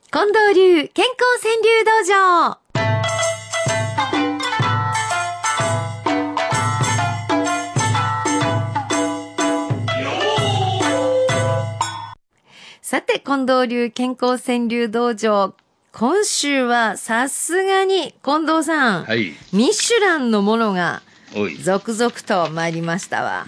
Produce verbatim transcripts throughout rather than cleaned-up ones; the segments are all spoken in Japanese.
近藤流健康川柳道場。さて、近藤流健康川柳道場。今週はさすがに近藤さん、 はい、 ミシュランのものがおい続々と参りましたわ。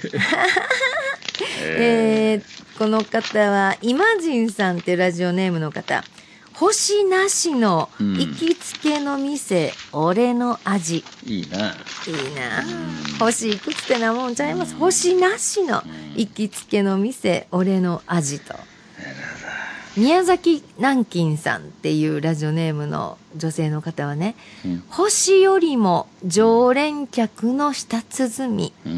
えー、この方はイマジンさんっていうラジオネームの方。星なしの行きつけの店、うん、俺の味。 いいな。いいな。星いくつってなもんちゃいます。星なしの行きつけの店、俺の味と。宮崎南京さんっていうラジオネームの女性の方はね、うん、星よりも常連客の舌鼓。うん、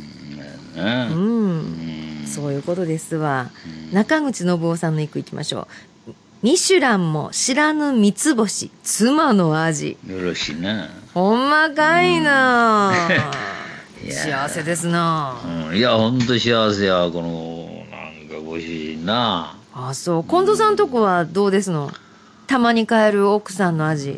うんうん、そういうことですわ。うん、中口信夫さんの一句いきましょう。ミシュランも知らぬ三つ星、妻の味。 よろしいな。 ほんまかいな。うん、幸せですな。 うん、いやほんと幸せや。このなんかご主人な。 あ、そう。近藤さんとこはどうですの？たまに帰る奥さんの味。うん、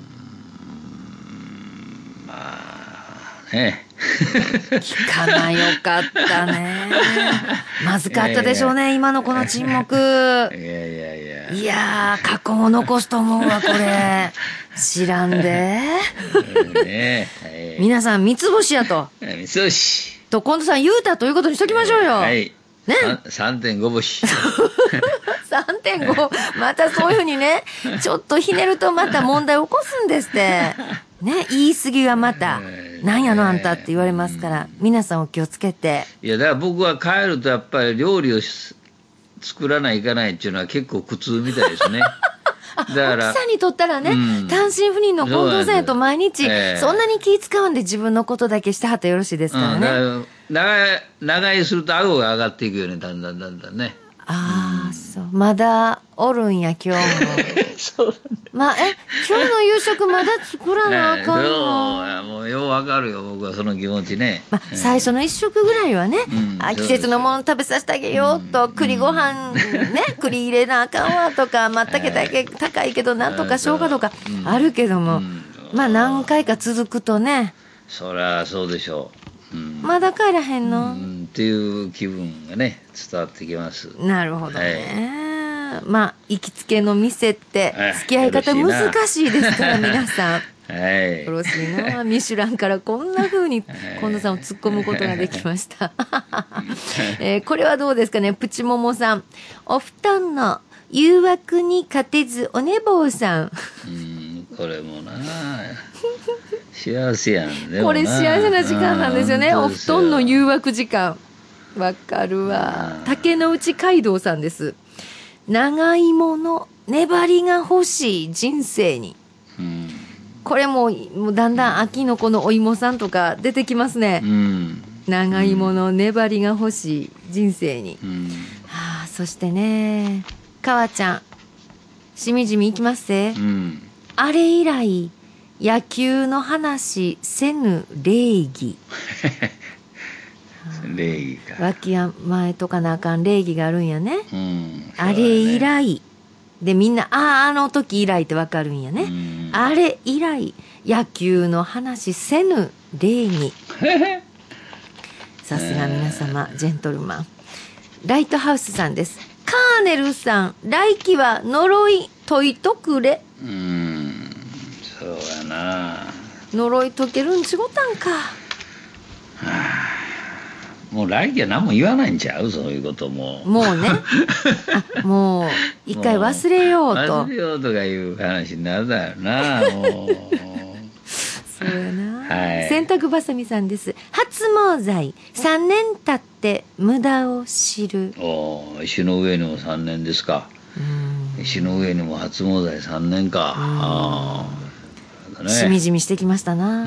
まあね。 聞かなよかったね。まずかったでしょうね、今のこの沈黙。いやいやいや。いやー、過去を残すと思うわ、これ。知らんで。ね、皆さん、三つ星やと。 三つ星。 と、近藤さん言うたということにしときましょうよ。 はい。ね、さんてんご 星。 さんてんご またそういうふうにね、ちょっとひねるとまた問題起こすんですって。ね、言い過ぎはまた、なんやのあんたって言われますから、皆さんお気をつけて。 いや、だから僕は帰るとやっぱり料理を作らないかないっていうのは結構苦痛みたいですね。 だから奥さんにとったらね、うん、単身赴任の近藤さんやと毎日、えー、そんなに気使わんで自分のことだけしてはったらよろしいですからね。うん、 だから長い、長居すると顎が上がっていくよね、だんだんだんだんね。 ああ、うん、そう。まだおるんや、今日も。そう。まあ、え、今日の夕食まだ作らなあかんの、 えー、もうようわかるよ、僕はその気持ちね。 まあ、えー、最初の一食ぐらいはね、うん、あ、季節のもの食べさせてあげようと、うん、栗ご飯ね、栗入れなあかんわとか、まったけだけ高いけど、なんとかしようかとか、あるけども、うん、まあ何回か続くとね。 そりゃそうでしょう。うん、 まだ帰らへんの、 うん、っていう気分がね伝わってきます。 なるほどね、はい、まあ行きつけの店って付き合い方難しいですから皆さん、はい、よろしいな。ミシュランからこんな風に近藤さんを突っ込むことができました、えー、これはどうですかね。プチモモさん、お布団の誘惑に勝てずお寝坊さん。 うん、これもな幸せやん。でもこれ幸せな時間なんですよね。お布団の誘惑時間。わかるわ。竹之内街道さんです。長芋の粘りが欲しい人生に。うん、これももうだんだん秋のこのお芋さんとか出てきますね。うん、長芋の粘りが欲しい人生に。うん、はあ、そしてね、かわちゃん、しみじみいきますぜ。うん、あれ以来野球の話せぬ礼儀。 礼儀か。 脇前とかなあかん礼儀があるんやね。うん、ね、あれ以来でみんな、あああの時以来ってわかるんやね。うん、あれ以来野球の話せぬ礼儀。さすが皆様ジェントルマン。ライトハウスさんです。カーネルさん、来季は呪い解いとくれ。うん、 そうやな。 呪い解けるんちごたんか。はあ、もう来季は何も言わないんちゃう。そういうことももうね。あ、もう一回忘れようと忘れようとかいう話になるだろうな。もうそうやな、はい、洗濯ばさみさんです。初詣罪さんねん経って無駄を知る。 お石の上にもさんねんですか。うん、石の上にも初詣罪さんねんか。ああ、ね、しみじみしてきましたな。うん、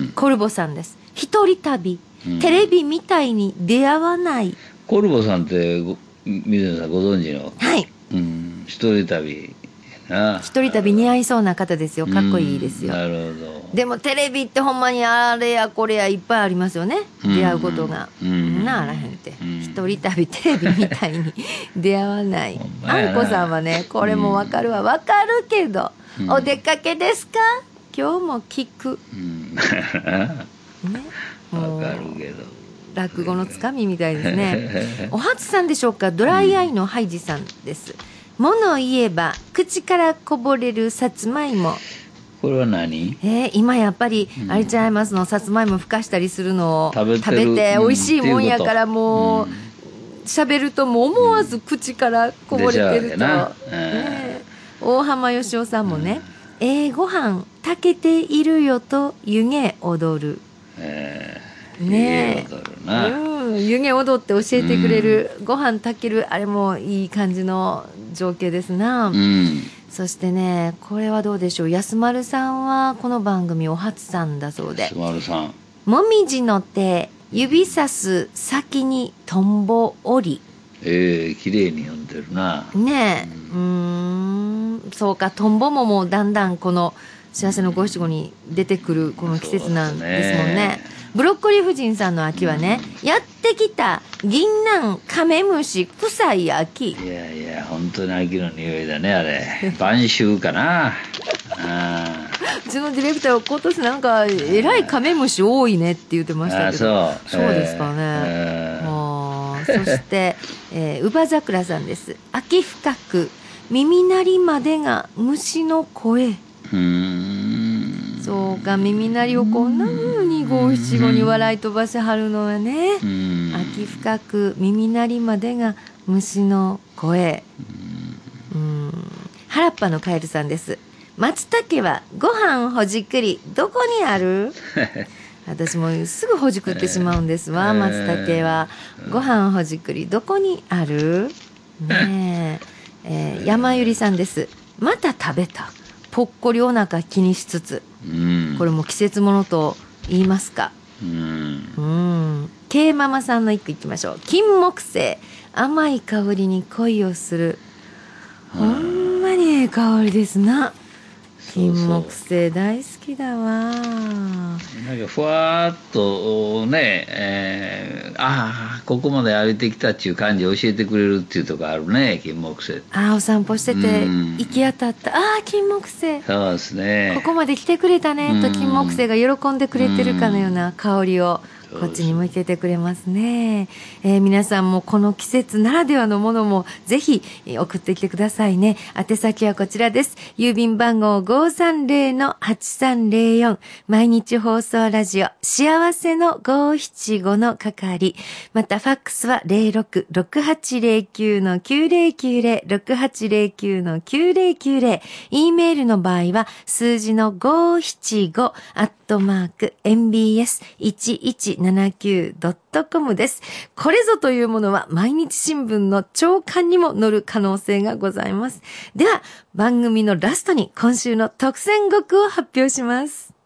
コルボさんです。一人旅、うん、テレビみたいに出会わない。 コルボさんって水野さんご存知の。 はい、 うん、一人旅な。 一人旅似合いそうな方ですよ。かっこいいですよ。 なるほど。 でもテレビってほんまにあれやこれやいっぱいありますよね。出会うことが。 うん、 なあらへんって。 うん、 一人旅テレビみたいに出会わない。あんこさんはね、これもわかるわ。わかるけど、うん、お出かけですか？今日も聞く。うん、ね。 わかるけど。 落語のつかみみたいですね。お初さんでしょうか？ドライアイのハイジさんです。物を言えば口からこぼれるさつまいも。 これは何？ えー、今やっぱり、うん、あれちゃいますの、さつまいもふかしたりするのを食べて、食べて美味しいもんやから、もう喋、うん、るともう思わず口からこぼれてると、うんね、大浜よしおさんもね、うん、えー、ご飯炊けているよと湯気踊る、えー、ねえ、湯気踊るな、うん、湯気踊って教えてくれる、うん、ご飯炊ける、あれもいい感じの情景ですな、うん、そしてね、これはどうでしょう。安丸さんはこの番組お初さんだそうで。 安丸さん。 もみじの手、指さす先にトンボ折り。 ええー、綺麗に読んでるな。 ねえ、うん、うーん、そうか、トンボももうだんだんこの幸せのご七五に出てくるこの季節なんですもんね。ブロッコリー夫人さんの秋はね、うん、やってきた銀杏カメムシ臭い秋。 いやいや、本当に秋の匂いだね、あれ。晩秋かな。あうちのディレクターは今年なんかえらいカメムシ多いねって言ってましたけど。 あ、そう。 そうですかね。えー、あそして、えー、乳母桜さんです。秋深く耳鳴りまでが虫の声。うーん、そうか、耳鳴りをこんな風に五七五に笑い飛ばしはるのはね。秋深く耳鳴りまでが虫の声。うーん、原っぱのカエルさんです。松茸はご飯ほじくりどこにある？私もすぐほじくってしまうんですわ。松茸はご飯ほじくりどこにある？ねえ、えー、山ゆりさんです。また食べた。ぽっこりお腹気にしつつ、うん、これも季節ものと言いますか。うん、うん。K ママさんの一句いきましょう。金木犀、甘い香りに恋をする。ほんまにええ香りですな。金木犀大好きだわ。なんかふわーっとね、えー、ああここまで歩いてきたっていう感じを教えてくれるっていうところあるね、金木犀。 ああ、お散歩してて行き当たった、ああ金木犀、 そうですね、 ここまで来てくれたねと金木犀が喜んでくれてるかのような香りをこっちに向けてくれますね。えー、皆さんもこの季節ならではのものもぜひ送ってきてくださいね。宛先はこちらです。郵便番号 ごーさんぜろのはちさんぜろよん、 毎日放送ラジオ幸せのごーしちごの係、またファックスは ゼロろく ろくはちゼロきゅう の きゅうゼロきゅうゼロ ろくはちゼロきゅう の きゅうゼロきゅうゼロ、 E メールの場合は数字のごーしちごアットマーク エムビーエスいちいちななきゅうドットコム です。これぞというものは毎日新聞の朝刊にも載る可能性がございます。では番組のラストに今週の特選語句を発表します。